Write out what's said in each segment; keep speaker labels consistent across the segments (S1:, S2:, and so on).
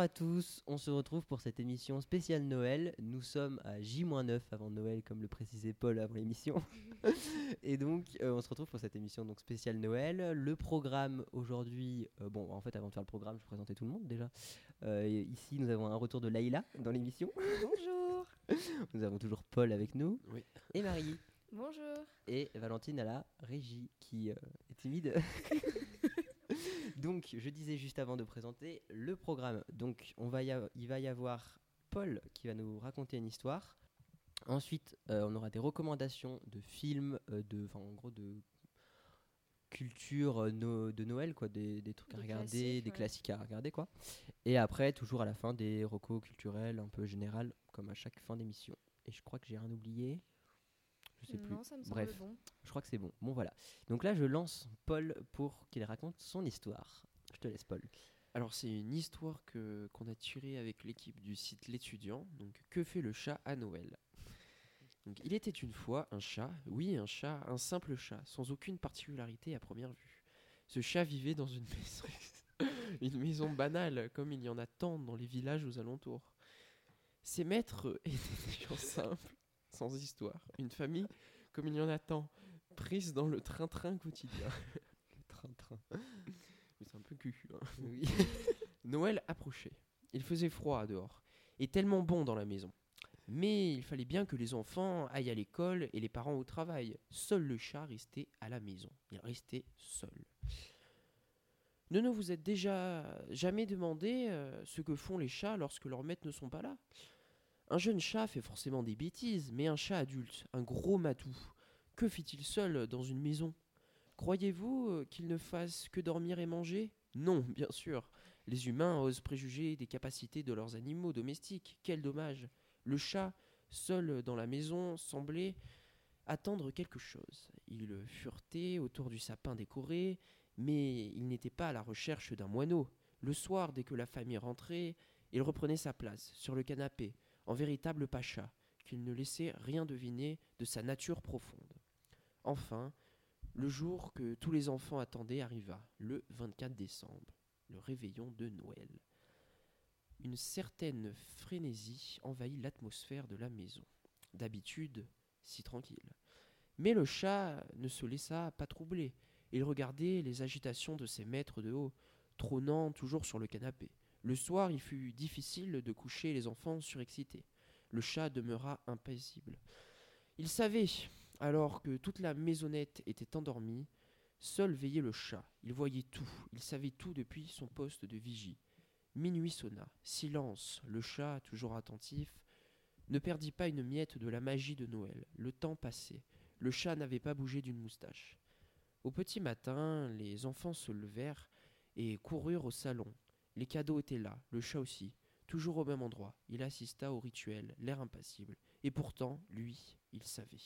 S1: à tous, on se retrouve pour cette émission spéciale Noël. Nous sommes à J-9 avant Noël, comme le précisait Paul avant l'émission. Et donc, on se retrouve pour cette émission donc, spéciale Noël. Le programme aujourd'hui, en fait, avant de faire le programme, je présentais tout le monde déjà. Ici, nous avons un retour de Laïla dans l'émission.
S2: Bonjour.
S1: Nous avons toujours Paul avec nous.
S3: Oui.
S1: Et Marie.
S2: Bonjour.
S1: Et Valentine à la régie qui est timide. Donc, je disais juste avant de présenter le programme. Donc, il va y avoir Paul qui va nous raconter une histoire. Ensuite, on aura des recommandations de films, de culture de Noël, quoi, des trucs à regarder, des classiques à regarder, quoi. Et après, toujours à la fin, des recos culturels un peu générales, comme à chaque fin d'émission. Et je crois que j'ai rien oublié. Je sais plus.
S2: Non, ça me semble
S1: Bref,
S2: bon.
S1: je crois que c'est bon. Bon, voilà. Donc là, je lance Paul pour qu'il raconte son histoire. Je te laisse, Paul.
S3: Alors, c'est une histoire qu'on a tirée avec l'équipe du site L'Étudiant. Donc, que fait le chat à Noël ? Donc, il était une fois un chat, oui, un chat, un simple chat, sans aucune particularité à première vue. Ce chat vivait dans une maison, une maison banale, comme il y en a tant dans les villages aux alentours. Ses maîtres étaient des gens simples, sans histoire. Une famille, comme il y en a tant, prise dans le train-train quotidien. Le train-train. Mais c'est un peu cucu. Hein.
S1: Oui.
S3: Noël approchait. Il faisait froid dehors, et tellement bon dans la maison. Mais il fallait bien que les enfants aillent à l'école et les parents au travail. Seul le chat restait à la maison. Il restait seul. Ne vous êtes déjà jamais demandé ce que font les chats lorsque leurs maîtres ne sont pas là ? Un jeune chat fait forcément des bêtises, mais un chat adulte, un gros matou, que fait-il seul dans une maison ? Croyez-vous qu'il ne fasse que dormir et manger ? Non, bien sûr. Les humains osent préjuger des capacités de leurs animaux domestiques. Quel dommage ! Le chat, seul dans la maison, semblait attendre quelque chose. Il furetait autour du sapin décoré, mais il n'était pas à la recherche d'un moineau. Le soir, dès que la famille rentrait, il reprenait sa place, sur le canapé, en véritable pacha, qu'il ne laissait rien deviner de sa nature profonde. Enfin, le jour que tous les enfants attendaient arriva, le 24 décembre, le réveillon de Noël. Une certaine frénésie envahit l'atmosphère de la maison, d'habitude si tranquille. Mais le chat ne se laissa pas troubler. Il regardait les agitations de ses maîtres de haut, trônant toujours sur le canapé. Le soir, il fut difficile de coucher les enfants surexcités. Le chat demeura impaisible. Il savait, alors que toute la maisonnette était endormie, seul veillait le chat. Il voyait tout, il savait tout depuis son poste de vigie. Minuit sonna. Silence. Le chat, toujours attentif, ne perdit pas une miette de la magie de Noël. Le temps passait. Le chat n'avait pas bougé d'une moustache. Au petit matin, les enfants se levèrent et coururent au salon. Les cadeaux étaient là, le chat aussi, toujours au même endroit. Il assista au rituel, l'air impassible. Et pourtant, lui, il savait.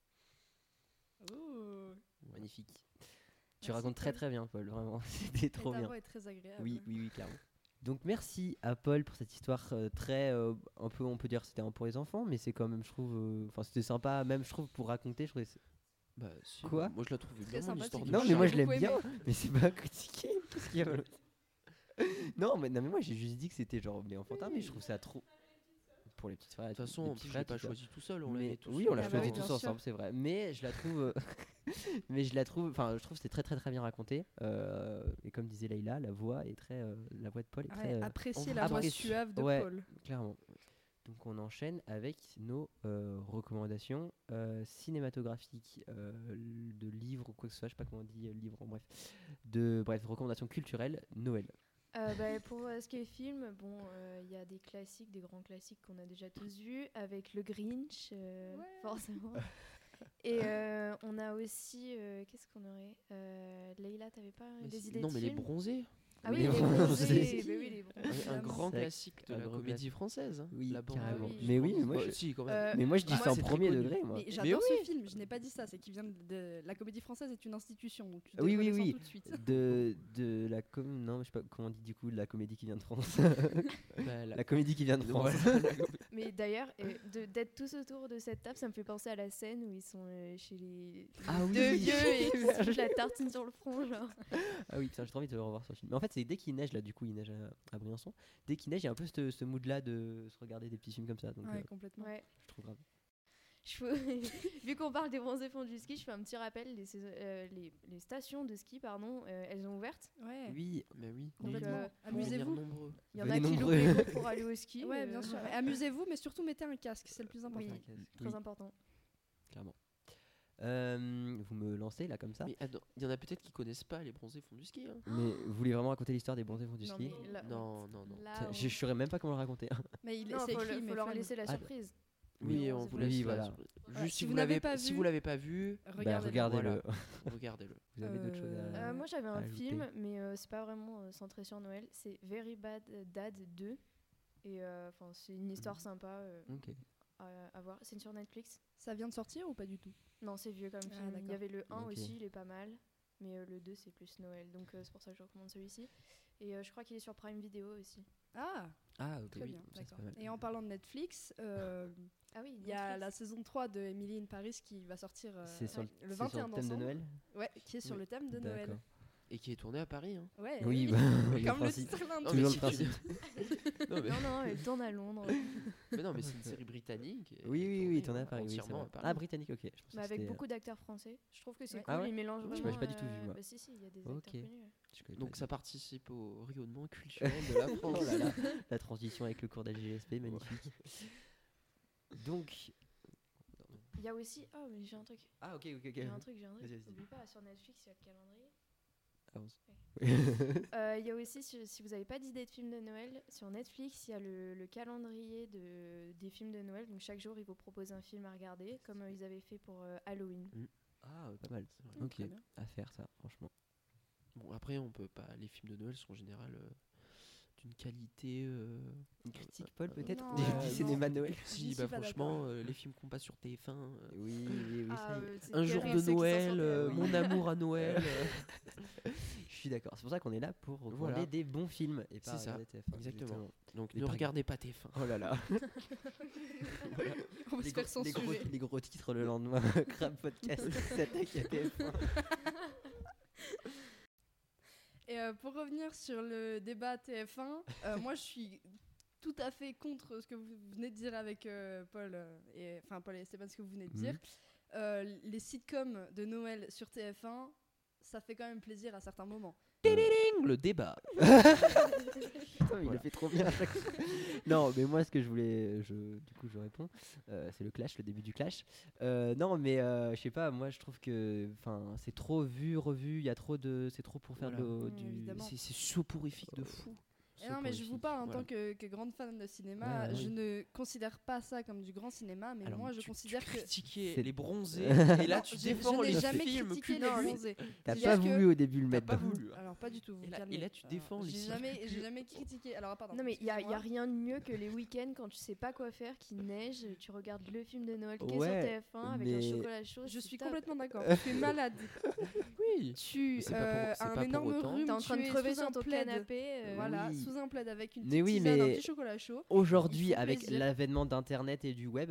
S2: Oh.
S1: Magnifique. Tu
S2: Merci,
S1: racontes très
S2: Paul.
S1: très bien, Paul. Vraiment, c'était trop
S2: Ta
S1: bien.
S2: voix est très agréable.
S1: Oui, clairement. Donc merci à Paul pour cette histoire très un peu, on peut dire c'était un pour les enfants, mais c'est quand même, je trouve, c'était sympa, même je trouve pour raconter, je trouvais.
S3: Bah, si,
S1: Quoi ?
S3: moi je la trouvais
S2: Très
S3: bien, mon
S2: sympathique.
S3: histoire de
S1: Non,
S3: chat.
S1: mais moi
S2: J'ai
S1: je l'aime
S2: beaucoup
S1: bien,
S2: aimé.
S1: mais c'est pas critiqué. Qu'est-ce qu'il y a non, mais moi j'ai juste dit que c'était genre mais enfantin, mais je trouve ça trop pour les petites frères.
S3: De toute façon, je l'ai pas choisi tout seul, on l'a
S1: Mais
S3: mis tous.
S1: oui, on l'a
S2: Ah bah
S1: choisi
S2: oui,
S1: tous
S2: bien sûr.
S1: ensemble, c'est vrai. Mais je la trouve, enfin, je trouve que c'est très très très bien raconté. Et comme disait Leïla, la voix de Paul est très
S2: Apprécier
S3: on
S2: la voix
S1: apprécie.
S2: suave de
S1: Ouais.
S2: Paul.
S1: clairement. Donc on enchaîne avec nos recommandations cinématographiques, de livres ou quoi que ce soit, je sais pas comment on dit livres, bref, recommandations culturelles Noël.
S2: Pour ce qui est film, il y a des classiques, des grands classiques qu'on a déjà tous vus, avec le Grinch, forcément. Et on a aussi, qu'est-ce qu'on aurait Leïla, t'avais pas des idées
S3: Non,
S2: de
S3: mais les
S2: films
S3: bronzés.
S2: Ah oui,
S1: Les
S2: les
S1: Bronzés.
S2: bronzés. Bah oui, les bronzés.
S3: Un
S2: évidemment.
S3: grand
S1: C'est vrai
S3: classique de
S1: un
S3: la
S1: grand
S3: comédie française. Hein,
S1: Oui,
S3: la bande.
S1: carrément.
S2: Ah oui,
S1: Mais oui, mais moi,
S3: Bah,
S1: je...
S3: si, quand même.
S1: mais moi je dis
S2: moi,
S1: ça en
S3: c'est très
S1: premier
S3: connu.
S1: degré, moi.
S4: Mais
S3: Mais
S4: j'adore
S3: oui.
S4: ce film, je n'ai pas dit ça, c'est qu'il vient de la comédie française est une institution, donc tu
S1: Oui,
S4: le
S1: oui,
S4: redescends
S1: oui.
S4: tout de suite.
S1: De la non, je sais pas comment on dit du coup, de la comédie qui vient de France.
S3: Bah,
S1: La comédie qui vient de France.
S3: Voilà.
S2: Mais d'ailleurs, d'être tous autour de cette table, ça me fait penser à la scène où ils sont chez les
S1: Ah oui,
S2: deux
S1: oui.
S2: vieux et ils se foutent la tartine sur le front, genre.
S1: Ah oui, putain, j'ai trop envie de le revoir sur le film. Mais en fait, fait, c'est dès qu'il neige, là, du coup, il neige à Briançon. Dès qu'il neige, il y a un peu ce mood-là de se regarder des petits films comme ça. Donc,
S4: Ouais, complètement.
S2: Ouais.
S1: je trouve grave.
S2: Vu qu'on parle des bronzés fonds du ski, je fais un petit rappel. Les stations de ski, pardon, elles ont ouvertes.
S4: Ouais.
S1: Oui,
S3: Mais oui,
S2: Donc,
S4: Complètement.
S3: Venir
S4: Amusez-vous.
S3: nombreux.
S2: Il y en
S1: Venez
S2: a qui louent
S1: nombreux.
S2: les gros pour aller au ski.
S4: Ouais, bien sûr.
S2: ouais.
S4: Amusez-vous, mais surtout mettez un casque, c'est le plus important.
S2: Oui. Très
S1: oui,
S2: important.
S1: clairement. Vous me lancez là comme ça.
S3: Mais attends, il y en a peut-être qui connaissent pas les bronzés fonds du ski. Hein.
S1: Mais vous voulez vraiment raconter l'histoire des bronzés fonds du
S2: Non,
S1: ski?
S2: mais là,
S3: Non.
S2: là,
S1: Je saurais même pas comment le raconter.
S4: Mais il
S2: non,
S4: c'est
S2: faut,
S4: écrit, mais
S2: faut leur
S4: fun.
S2: laisser la
S1: Ah,
S2: surprise.
S3: Oui, on
S2: c'est
S3: vous
S2: pas-
S3: laisse.
S1: Oui,
S3: là,
S1: voilà.
S3: sur-
S4: Voilà,
S3: Juste
S4: si vous n'avez pas
S3: si
S4: vu-
S3: vous l'avez pas vu,
S4: Regardez-le.
S1: regardez-le.
S3: regardez-le.
S1: Vous avez d'autres choses à.
S2: Moi j'avais un
S1: ajouter.
S2: film, mais c'est pas vraiment centré sur Noël. C'est Very Bad Dad 2. Et c'est une histoire sympa
S1: Ok.
S2: à voir. C'est sur Netflix.
S4: Ça vient de sortir ou pas du tout?
S2: Non, c'est vieux comme
S4: Ah,
S2: film. Il y
S4: d'accord.
S2: avait le 1
S1: Ok.
S2: aussi, il est pas mal. Mais le 2 c'est plus Noël. Donc c'est pour ça que je recommande celui-ci. Et je crois qu'il est sur Prime Video aussi.
S4: Ah,
S1: Ah, ok.
S4: très
S1: oui,
S4: bien,
S1: ça, c'est
S4: d'accord.
S1: pas mal.
S4: Et en parlant de Netflix,
S2: Ah oui,
S4: il y a
S2: Netflix.
S4: la saison 3 de Emily in Paris qui va sortir
S1: C'est sur
S4: le
S1: c'est sur
S4: 21
S1: le thème de
S4: décembre.
S1: Noël.
S4: Ouais, qui est sur
S3: Oui.
S4: le thème de Noël.
S1: D'accord.
S3: Et qui est tourné à Paris. Hein.
S4: Ouais,
S1: Oui,
S4: oui.
S1: bah, le
S4: Comme le
S1: principe.
S4: titre l'indique.
S3: Non,
S1: Toujours
S3: mais
S1: le
S3: si tu-
S1: principe.
S3: non, mais...
S2: Non, elle tourne à Londres.
S3: mais non, mais c'est une série britannique. et
S1: Oui, oui, oui, tourné à
S3: tournée
S1: Paris. Oui, c'est
S3: entièrement
S1: vrai.
S3: à Paris.
S1: Ah, britannique, ok. Je pensais
S2: Mais
S1: que
S2: avec
S1: c'était,
S2: beaucoup d'acteurs français. Je trouve que c'est
S4: Ouais.
S2: cool.
S1: Ah ouais
S2: Ils mélangent
S1: Je
S2: vraiment.
S1: m'avais pas du tout vu, moi.
S2: Bah si, il y a des
S1: Ok.
S2: acteurs connus.
S1: je connais
S3: Donc
S1: pas
S3: ça participe au rayonnement culturel de la
S1: du tout.
S3: France.
S1: Oh là là, la transition avec le cours d'AGSP, magnifique. Donc.
S2: Il y a aussi. Oh, mais j'ai un truc.
S1: Ah, ok, ok, ok.
S2: J'ai un truc.
S1: Vas-y, vas-y.
S2: Oublie pas, sur Netflix, il y a le calendrier.
S1: Avance.
S2: Il y a aussi, si vous n'avez pas d'idée de film de Noël, sur Netflix, il y a le calendrier des films de Noël. Donc chaque jour, ils vous proposent un film à regarder, comme ils avaient fait pour Halloween.
S1: Ah, pas mal.
S3: vrai.
S1: Ok,
S4: Très bien.
S1: à faire ça, franchement.
S3: Bon, après, on peut pas. Les films de Noël sont en général d'une qualité.
S1: Une critique, Paul, peut-être
S4: Non,
S1: du
S4: non.
S1: cinéma de Noël.
S4: Je
S3: Si,
S4: suis
S3: bah
S4: pas
S3: franchement, les films qu'on passe sur TF1.
S1: Oui, oui, oui.
S2: Ah,
S1: ça y est.
S2: c'est
S3: Un jour
S2: terrible,
S3: de
S2: ceux qui s'en
S3: Noël,
S2: sortent,
S3: Mon amour à Noël.
S1: Je suis d'accord. C'est pour ça qu'on est là pour recommander
S3: Voilà.
S1: des bons films et pas
S3: C'est ça,
S1: regarder TF1.
S3: exactement. Donc
S1: Les
S3: ne
S1: par-
S3: regardez pas TF1.
S1: Oh là là.
S4: On va se faire censurer.
S1: les gros titres le lendemain. Crab Podcast s'attaque à TF1.
S4: Et pour revenir sur le débat TF1, moi je suis tout à fait contre ce que vous venez de dire avec Paul et Stéphane, ce que vous venez de dire. Les sitcoms de Noël sur TF1, ça fait quand même plaisir à certains moments.
S3: Le débat.
S1: Putain, il le fait trop bien à chaque fois. Non, mais moi, ce que je voulais, du coup, je réponds. C'est le clash, le début du clash. Non, mais je sais pas. Moi, je trouve que, c'est trop vu, revu. Il y a trop de, c'est trop pour faire
S3: Voilà.
S4: Oui,
S1: du.
S4: évidemment.
S3: C'est soporifique de fou.
S4: Et non, mais je vous parle en tant que grande fan de cinéma.
S1: Ouais,
S4: Je
S1: oui.
S4: ne considère pas ça comme du grand cinéma, mais
S1: Alors,
S4: moi je
S3: Tu
S4: considère que.
S3: critiquais
S1: C'est-
S3: les bronzés et là
S4: Non,
S3: tu
S4: je
S3: défends
S4: n'ai
S3: les
S4: jamais
S3: films
S4: critiqué les
S3: culturels.
S4: bronzés.
S1: T'as
S4: C'est
S1: pas
S4: juste que-
S1: voulu au début le
S3: T'as
S1: mettre.
S3: pas
S1: dedans.
S3: voulu.
S4: Alors pas du tout. Vous
S3: Et là-
S4: calmez.
S3: et là, tu défends les
S4: J'ai
S3: films
S4: jamais critiqué. Alors pardon.
S2: Non mais il y a
S4: excusez-moi.
S2: rien de mieux que les week-ends quand tu sais pas quoi faire, qu'il neige, tu regardes le film de Noël qui est
S1: Ouais,
S2: sur TF1 avec un
S1: mais-
S2: chocolat chaud.
S4: Je
S2: c'est
S4: suis
S2: top.
S4: complètement d'accord. Tu es malade.
S3: Oui.
S4: Tu
S3: C'est pas pour- c'est
S4: as
S3: pas
S4: un
S3: pour
S4: énorme
S3: autant.
S4: rhume.
S2: T'es en train
S4: tu
S2: de
S4: es
S2: crever
S4: sous
S2: sur
S4: un
S2: ton
S4: plaid.
S2: canapé.
S4: Voilà,
S1: Oui.
S4: sous un plaid avec une
S1: Mais
S4: petite
S1: oui,
S4: tisane, un
S1: mais-
S4: petit chocolat chaud.
S1: Aujourd'hui,
S4: Il faut
S1: avec
S4: plaisir.
S1: l'avènement d'Internet et du web,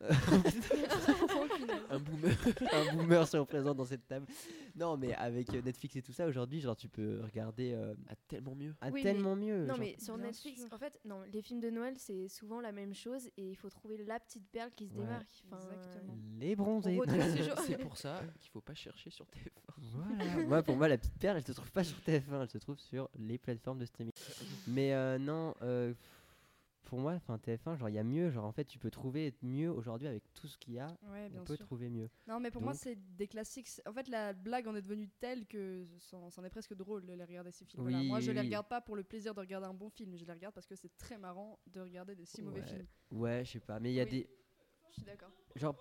S3: Un boomer.
S1: un boomer se représente dans cette table. Non, mais avec Netflix et tout ça, aujourd'hui, genre, tu peux regarder
S3: Ah, tellement mieux.
S2: Oui,
S1: tellement mieux.
S2: Non
S1: genre.
S2: mais sur
S4: Bien
S2: Netflix,
S4: sûr.
S2: en fait, non, les films de Noël c'est souvent la même chose et il faut trouver la petite perle qui se
S1: Ouais.
S2: démarque.
S4: Exactement.
S1: Les bronzés.
S2: on retrouve ces gens-
S3: C'est pour ça qu'il faut pas chercher sur TF1.
S1: Voilà. Moi, pour moi, la petite perle, elle se trouve pas sur TF1, elle se trouve sur les plateformes de streaming. Mais non, pour moi, TF1, genre, il y a mieux. Genre, en fait, tu peux trouver mieux aujourd'hui avec tout ce qu'il y a.
S4: Ouais, bien
S1: On peut
S4: sûr.
S1: trouver mieux.
S4: Non, mais pour moi,
S1: Donc-
S4: c'est des classiques. En fait, la blague en est devenue telle que c'en est presque drôle de les regarder ces films.
S1: Oui,
S4: Moi, je
S1: oui,
S4: les
S1: oui.
S4: regarde pas pour le plaisir de regarder un bon film. Je les regarde parce que c'est très marrant de regarder des si mauvais
S1: Ouais.
S4: films.
S1: Ouais, je sais pas. Mais il y a
S2: Oui.
S1: des.
S4: Je suis d'accord.
S1: Genre.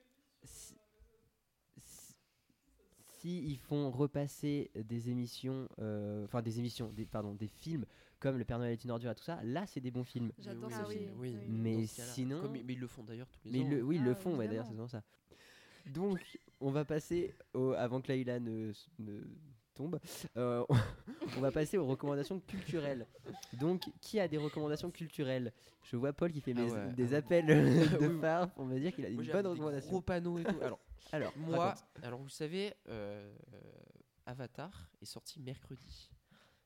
S1: Si ils font repasser des émissions. Des films comme Le Père Noël est une ordure et tout ça, là, c'est des bons films.
S4: J'adore
S3: Mais
S4: ce
S2: Ah
S4: film.
S2: oui, oui.
S1: Mais
S3: dans ce cas-là.
S1: sinon-
S3: Mais ils le font d'ailleurs tous les
S1: Mais
S3: ans.
S1: oui, ils
S4: Ah,
S1: le font, ouais, d'ailleurs,
S4: évidemment.
S1: c'est souvent ça. Donc, on va passer, avant que Laïla ne tombe, on va passer aux recommandations culturelles. Donc, qui a des recommandations culturelles? Je vois Paul qui fait
S3: Ah ouais,
S1: des
S3: ah
S1: appels de
S3: Oui, oui.
S1: phare pour me dire qu'il a
S3: Moi,
S1: une
S3: j'ai
S1: bonne
S3: amené des
S1: recommandation.
S3: gros panneaux et tout.
S1: Alors,
S3: Moi,
S1: raconte.
S3: alors vous savez, Avatar est sorti mercredi.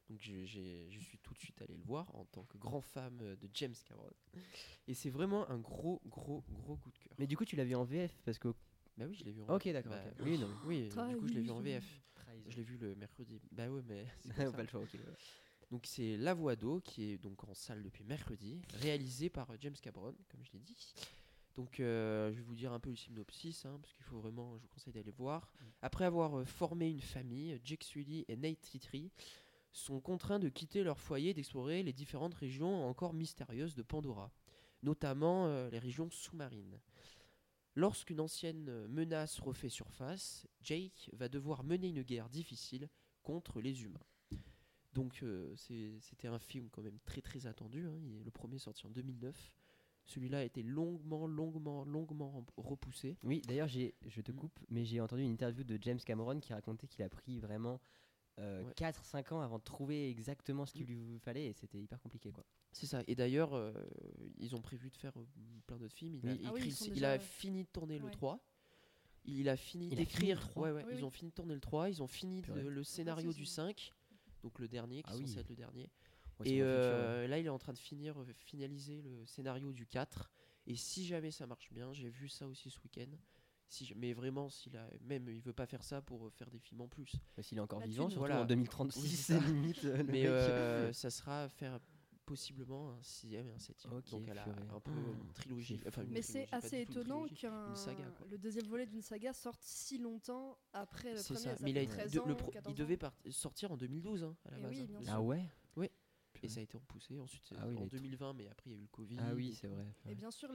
S3: Donc je suis tout de suite allé le voir en tant que grand fan de James Cameron. Et c'est vraiment un gros coup de cœur.
S1: Mais du coup, tu l'as vu en VF parce que.
S3: Bah oui, je l'ai vu en
S1: Ok, d'accord.
S3: Bah,
S1: Ok. Oui, non.
S3: Oui, du coup je l'ai vu en
S4: Trahison.
S3: VF. Je l'ai vu le mercredi. Bah ouais, mais c'est
S1: Pas
S3: comme ça.
S1: le choix. Ok. Ouais.
S3: Donc c'est La Voix d'eau qui est donc en salle depuis mercredi, réalisé par James Cameron, comme je l'ai dit. Donc je vais vous dire un peu le synopsis, parce qu'il faut vraiment, je vous conseille d'aller voir. Après avoir formé une famille, Jake Sully et Nate Titri sont contraints de quitter leur foyer et d'explorer les différentes régions encore mystérieuses de Pandora, notamment les régions sous-marines. Lorsqu'une ancienne menace refait surface, Jake va devoir mener une guerre difficile contre les humains. Donc c'était un film quand même très très attendu. Le premier est sorti en 2009. Celui-là a été longuement repoussé.
S1: Oui, d'ailleurs, je te coupe, mais j'ai entendu une interview de James Cameron qui racontait qu'il a pris vraiment 4-5 ans avant de trouver exactement ce qu'il lui fallait et c'était hyper compliqué, quoi.
S3: C'est ça. Et d'ailleurs, ils ont prévu de faire plein d'autres films. Il a fini de tourner le 3. Il a fini d'écrire. Ils ont fini de tourner le 3. Ils ont fini le scénario du 5. Donc le dernier, qui est censé être le dernier.
S1: Ouais,
S3: et là, il est en train de finaliser le scénario du 4. Et si jamais ça marche bien, j'ai vu ça aussi ce week-end. Mais vraiment, il veut pas faire ça pour faire des films en plus.
S1: S'il est encore
S4: La
S1: vivant,
S4: thune.
S1: surtout
S3: Voilà.
S1: en 2036,
S3: Oui,
S1: c'est limite. Le
S3: Mais
S1: mec.
S3: ça sera faire possiblement un 6e et un 7e.
S1: Ok,
S3: Donc elle a
S1: purée.
S3: un peu une trilogie.
S1: C'est
S3: Enfin, une
S4: Mais
S3: trilogie,
S4: c'est
S3: pas
S4: assez
S3: du tout une
S4: étonnant
S3: trilogie, une saga, quoi.
S4: le deuxième volet d'une saga sorte si longtemps après le
S3: C'est
S4: premier.
S3: ça.
S4: Ça
S3: Mais
S4: fait
S3: il
S4: 13 ans,
S3: il
S4: 14
S3: devait
S4: ans.
S3: sortir en 2012 à la
S4: Et
S3: base.
S4: oui, bien sûr.
S1: Ah ouais.
S3: Et ça a été repoussé. Ensuite,
S1: oui,
S3: en
S1: les
S3: 2020, mais après il y a eu le Covid.
S1: Ah oui,
S3: et
S1: c'est
S3: tout.
S1: vrai.
S4: Et bien sûr,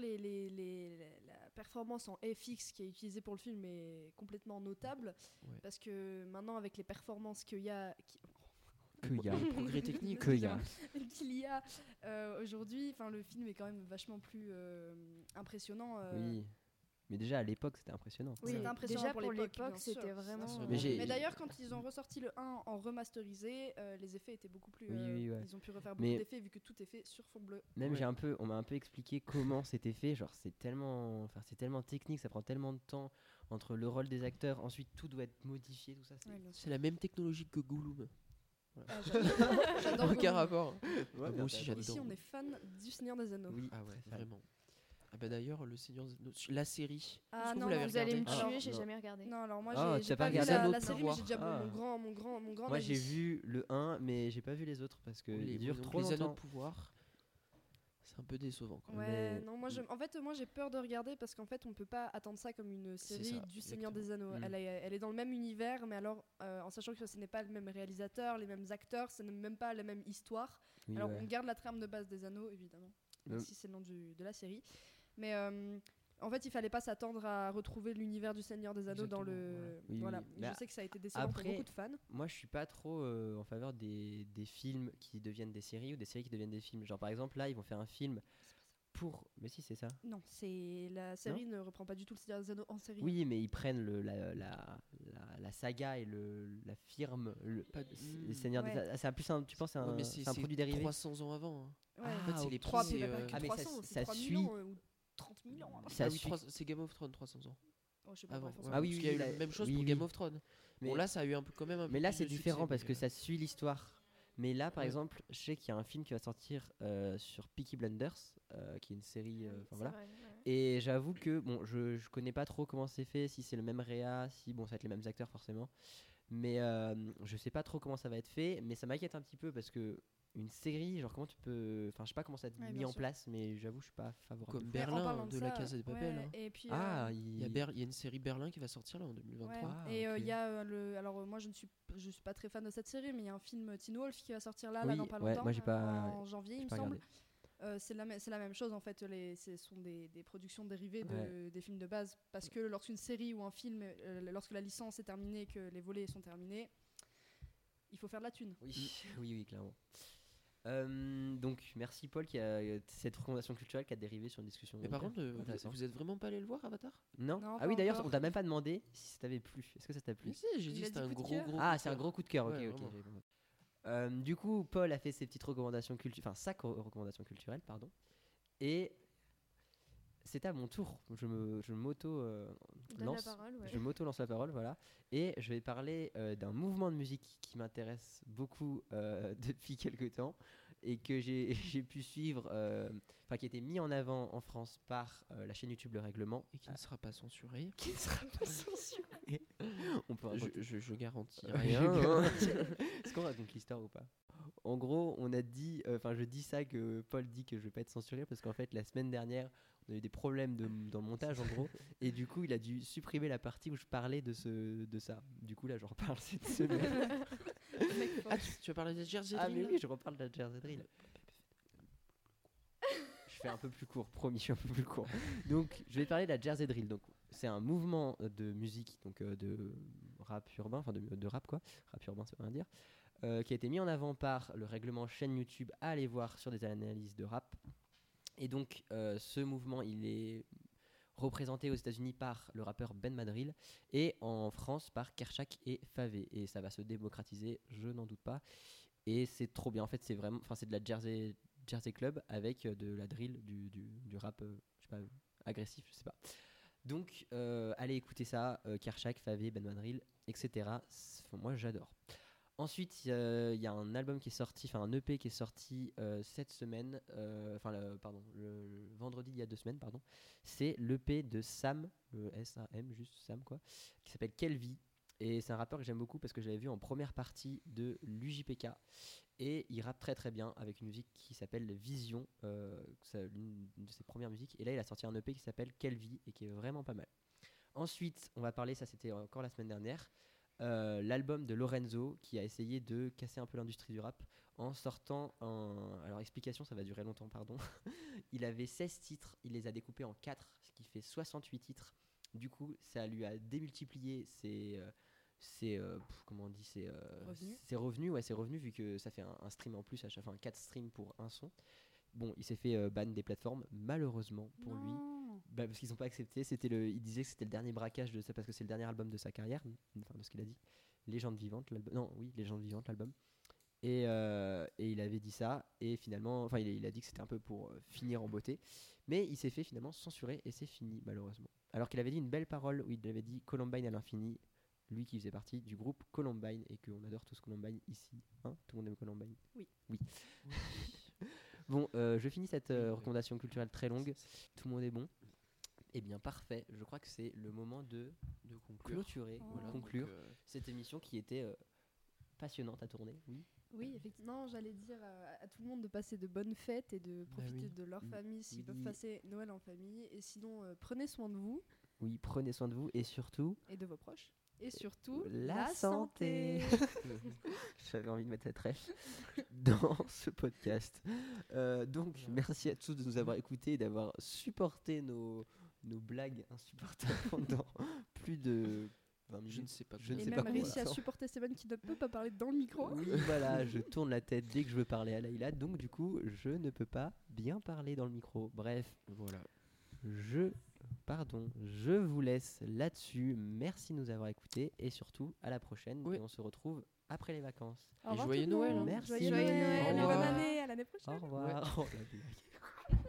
S4: la performance en FX qui est utilisée pour le film est complètement notable.
S3: Ouais.
S4: Parce que maintenant, avec les performances qu'il y a.
S1: Qu'il y a.
S3: Progrès technique.
S1: Qu'il y a.
S4: qu'il y a aujourd'hui, le film est quand même vachement plus impressionnant.
S1: Oui. Mais déjà à l'époque c'était impressionnant.
S4: Oui, c'était impressionnant
S2: déjà
S4: pour
S2: pour
S4: l'époque,
S2: l'époque,
S4: bien sûr.
S2: c'était vraiment.
S3: Mais
S4: Mais d'ailleurs, quand ils ont ressorti le 1 en remasterisé, les effets étaient beaucoup plus.
S1: Oui, ouais.
S4: Ils ont pu refaire
S1: Mais-
S4: beaucoup d'effets vu que tout est fait sur fond bleu.
S1: Même
S3: Ouais.
S1: on m'a un peu expliqué comment c'était fait. Genre c'est tellement technique, ça prend tellement de temps entre le rôle des acteurs, ensuite tout doit être modifié, tout ça.
S4: Ouais, bien sûr.
S3: C'est la même technologie que Gollum.
S4: Ah, j'adore
S3: Aucun
S4: Gollum.
S3: rapport.
S1: Ouais,
S3: Moi aussi j'adore.
S4: Ici, on est fan du Seigneur des Anneaux.
S1: Oui.
S3: Ah ouais, vraiment. Ah bah d'ailleurs, le Seigneur des Anneaux, la série.
S4: Ah
S3: Est-ce que
S4: non,
S3: vous l'avez
S2: Vous allez me
S3: regardé
S4: Alors,
S2: tuer, j'ai
S1: non.
S2: jamais regardé.
S4: Non, alors moi,
S1: Ah,
S4: j'ai
S1: tu as pas
S4: pas vu
S1: regardé
S4: la
S3: Anneaux de
S4: série, mais
S3: pouvoir.
S4: j'ai déjà
S1: Ah.
S4: mon grand
S1: Moi
S4: avis.
S1: j'ai vu le 1 mais j'ai pas vu les autres parce que il dure
S3: donc
S1: trop
S3: les Anneaux
S1: longtemps.
S3: de pouvoir. C'est un peu décevant quand même.
S4: Ouais,
S1: Mais-
S4: non, moi j'ai peur de regarder parce qu'en fait on peut pas attendre ça comme une série
S3: ça,
S4: du Seigneur
S3: exactement.
S4: des Anneaux. Elle est dans le même univers, mais alors en sachant que ce n'est pas le même réalisateur, les mêmes acteurs, ce n'est même pas la même histoire.
S1: Oui,
S4: Alors
S1: ouais.
S4: on garde la trame de base des Anneaux évidemment, même si c'est le nom de la série. Mais en fait il fallait pas s'attendre à retrouver l'univers du Seigneur des Anneaux dans
S3: Exactement,
S4: le.
S1: Oui,
S4: Voilà.
S1: oui.
S4: Et
S1: Bah,
S4: je sais que ça a été décevant
S1: après-
S4: pour beaucoup de fans.
S1: Moi, je suis pas trop en faveur des films qui deviennent des séries ou des séries qui deviennent des films. Genre, par exemple, là, ils vont faire un film pour. Mais si, c'est ça.
S4: Non, la série ne reprend pas du tout le Seigneur des Anneaux en série.
S1: Oui, mais ils prennent la saga et la firme. Les Seigneurs
S4: Ouais.
S1: des Anneaux. C'est plus tu penses, c'est
S3: Ouais,
S1: un,
S3: mais
S1: c'est un produit dérivé
S3: 300 ans avant.
S4: Ouais.
S1: Ah,
S3: En fait, c'est les
S4: 3
S3: premiers,
S4: pas
S1: Ah,
S4: que
S1: mais
S4: 300,
S1: ça
S4: c'est 3000
S1: suit-
S4: ans ou 30 000 ans.
S1: Ça
S3: Ah oui,
S1: suit-
S3: c'est Game of Thrones 300 ans.
S4: Oh, je sais pas,
S3: Avant.
S4: bref, on
S3: Ouais,
S4: s'en
S1: Ah
S3: parce
S1: oui,
S3: qu'il y a eu
S1: oui,
S3: la même chose
S1: oui,
S3: pour
S1: oui.
S3: Game of Thrones.
S1: Mais,
S3: Bon là ça a eu quand même un peu
S1: mais là,
S3: plus
S1: c'est
S3: de
S1: différent
S3: succès,
S1: parce
S3: mais,
S1: que ça suit l'histoire. Mais là, par
S3: Ouais.
S1: exemple, je sais qu'il y a un film qui va sortir sur Peaky Blinders, qui est une série. Enfin,
S2: C'est
S1: voilà.
S2: vrai, ouais.
S1: Et j'avoue que bon, je connais pas trop comment c'est fait, si c'est le même réa, si bon, ça va être les mêmes acteurs forcément. Mais je sais pas trop comment ça va être fait, mais ça m'inquiète un petit peu parce que une série, genre comment tu peux. Enfin, je sais pas comment ça va être
S4: Ouais,
S1: mis
S4: bien
S1: en
S4: sûr.
S1: place, mais j'avoue, je suis pas favorable.
S3: Comme
S4: Mais en
S3: Berlin
S4: parlant
S3: de la
S4: ça,
S3: Casa de Papel.
S4: ouais,
S3: hein.
S4: Et puis,
S1: Ah,
S3: Il y a une série Berlin qui va sortir là en 2023.
S4: ouais.
S1: Ah,
S4: Et
S1: ok.
S4: il y a alors moi je suis pas très fan de cette série, mais il y a un film Teen Wolf qui va sortir là
S1: Oui,
S4: dans pas
S1: ouais,
S4: longtemps,
S1: moi, j'ai pas-
S4: en janvier il
S1: j'ai
S4: me
S1: pas
S4: semble.
S1: regardé.
S4: C'est la même chose en fait, ce sont des productions dérivées
S1: Ouais.
S4: des films de base, parce que lorsqu'une série ou un film, lorsque la licence est terminée, que les volets sont terminés, il faut faire de la thune.
S1: Oui, oui, clairement. Donc, merci Paul qui a cette recommandation culturelle qui a dérivé sur une discussion.
S3: Mais par
S1: bien
S3: contre,
S1: intéressant.
S3: vous êtes vraiment pas allé le voir Avatar?
S1: Non,
S4: Non,
S1: ah oui,
S4: pas
S1: d'ailleurs,
S4: encore.
S1: on t'a même pas demandé si ça t'avait plu. Est-ce que ça t'a plu?
S3: Mais si, j'ai
S4: Il
S3: dit
S4: a
S3: que c'était
S4: dit
S3: un
S4: coup de
S3: gros
S4: cœur.
S3: gros.
S1: Ah,
S3: coup
S1: c'est
S3: de
S1: un
S3: cœur.
S1: gros coup de cœur, ok,
S3: Ouais,
S1: ok.
S3: vraiment.
S1: j'avais pas compris. Du coup, Paul a fait ses petites recommandations culturelles, enfin sa recommandation culturelle, pardon. Et c'est à mon tour. Je m'auto
S2: Donne la parole, ouais.
S1: je m'auto-lance la parole, voilà. Et je vais parler d'un mouvement de musique qui m'intéresse beaucoup depuis quelques temps et que j'ai pu suivre, enfin qui a été mis en avant en France par la chaîne YouTube Le Règlement.
S3: Et qui ne sera pas censuré.
S2: Qui ne sera pas censuré.
S1: On peut raconter.
S3: Je garantis
S1: Je
S3: rien. hein.
S1: garantis. Est-ce qu'on raconte l'histoire ou pas? En gros, on a dit, enfin je dis ça que Paul dit que je vais pas être censuré parce qu'en fait la semaine dernière on a eu des problèmes dans le montage en gros et du coup il a dû supprimer la partie où je parlais de ça. Du coup là je reparle cette semaine.
S3: Ah, tu vas parler de Jersey
S1: Ah
S3: Drill
S1: mais oui, je reparle de la Jersey Drill. Je fais un peu plus court, promis, je suis un peu plus court. Donc je vais parler de la Jersey Drill. Donc c'est un mouvement de musique, donc de rap urbain, enfin de rap quoi, rap urbain ça veut rien dire. Qui a été mis en avant par le règlement chaîne YouTube à aller voir sur des analyses de rap. Et donc, ce mouvement, il est représenté aux États-Unis par le rappeur Ben Madril et en France par Kershak et Favé. Et ça va se démocratiser, je n'en doute pas. Et c'est trop bien. En fait, c'est vraiment, enfin, c'est de la Jersey Club avec de la drill, du rap, je sais pas, agressif, je sais pas. Donc, allez écouter ça, Kershak, Favé, Ben Madril, etc. Moi, j'adore. Ensuite, il y a un album qui est sorti, enfin un EP qui est sorti cette semaine, le vendredi il y a 2 semaines, pardon. C'est l'EP de Sam, S-A-M, juste Sam quoi, qui s'appelle Quelle vie. Et c'est un rappeur que j'aime beaucoup parce que je l'avais vu en première partie de l'UJPK. Et il rappe très très bien avec une musique qui s'appelle Vision, c'est l'une de ses premières musiques. Et là, il a sorti un EP qui s'appelle Quelle vie et qui est vraiment pas mal. Ensuite, on va parler, ça c'était encore la semaine dernière, l'album de Lorenzo qui a essayé de casser un peu l'industrie du rap en sortant alors explication, ça va durer longtemps, pardon. Il avait 16 titres, il les a découpés en 4, ce qui fait 68 titres. Du coup, ça lui a démultiplié comment on dit, ses revenus, ouais, ses revenus, vu que ça fait un stream en plus à chaque fois, 4 streams pour un son. Bon, il s'est fait ban des plateformes, malheureusement pour lui. Bah, parce qu'ils n'ont pas accepté. Il disait que c'était le dernier braquage de ça parce que c'est le dernier album de sa carrière, enfin de ce qu'il a dit. Légende vivante, l'album. Non, oui, Légende vivante, l'album. Et il avait dit ça. Et finalement, enfin, il a dit que c'était un peu pour finir en beauté. Mais il s'est fait finalement censurer et c'est fini, malheureusement. Alors qu'il avait dit une belle parole où il avait dit Columbine à l'infini. Lui qui faisait partie du groupe Columbine et qu'on adore tous Columbine ici. Hein, tout le monde aime Columbine.
S2: Oui.
S1: Bon, je finis cette recommandation culturelle très longue. Tout le monde est bon. Eh bien, parfait. Je crois que c'est le moment de clôturer, conclure cette émission qui était passionnante à tourner. Oui.
S4: Oui, effectivement, j'allais dire à tout le monde de passer de bonnes fêtes et de profiter de leur famille s'ils peuvent passer Noël en famille. Et sinon, prenez soin de vous.
S1: Oui, prenez soin de vous et surtout...
S4: Et de vos proches. Et surtout,
S1: la santé. J'avais envie de mettre cette ref dans ce podcast. Donc, merci à tous de nous avoir écoutés et d'avoir supporté nos blagues insupportables pendant plus de 20 minutes.
S3: Je ne sais pas.
S1: Je ne
S4: et
S1: sais
S4: même
S1: pas
S4: réussi à
S1: combien de temps.
S4: supporter Stéphane qui ne peut pas parler dans le micro.
S1: Oui, voilà, je tourne la tête dès que je veux parler à Laïla, donc du coup, je ne peux pas bien parler dans le micro. Bref,
S3: Voilà.
S1: je vous laisse là-dessus. Merci de nous avoir écoutés et surtout à la prochaine.
S3: Oui.
S1: Et on se retrouve après les vacances.
S4: Au revoir
S3: joyeux
S4: tout le
S3: Noël,
S4: monde.
S1: Merci.
S4: Joyeux Noël.
S1: Au
S4: Bonne
S1: revoir.
S4: année. À l'année prochaine.
S1: Au revoir. Oh, la blague.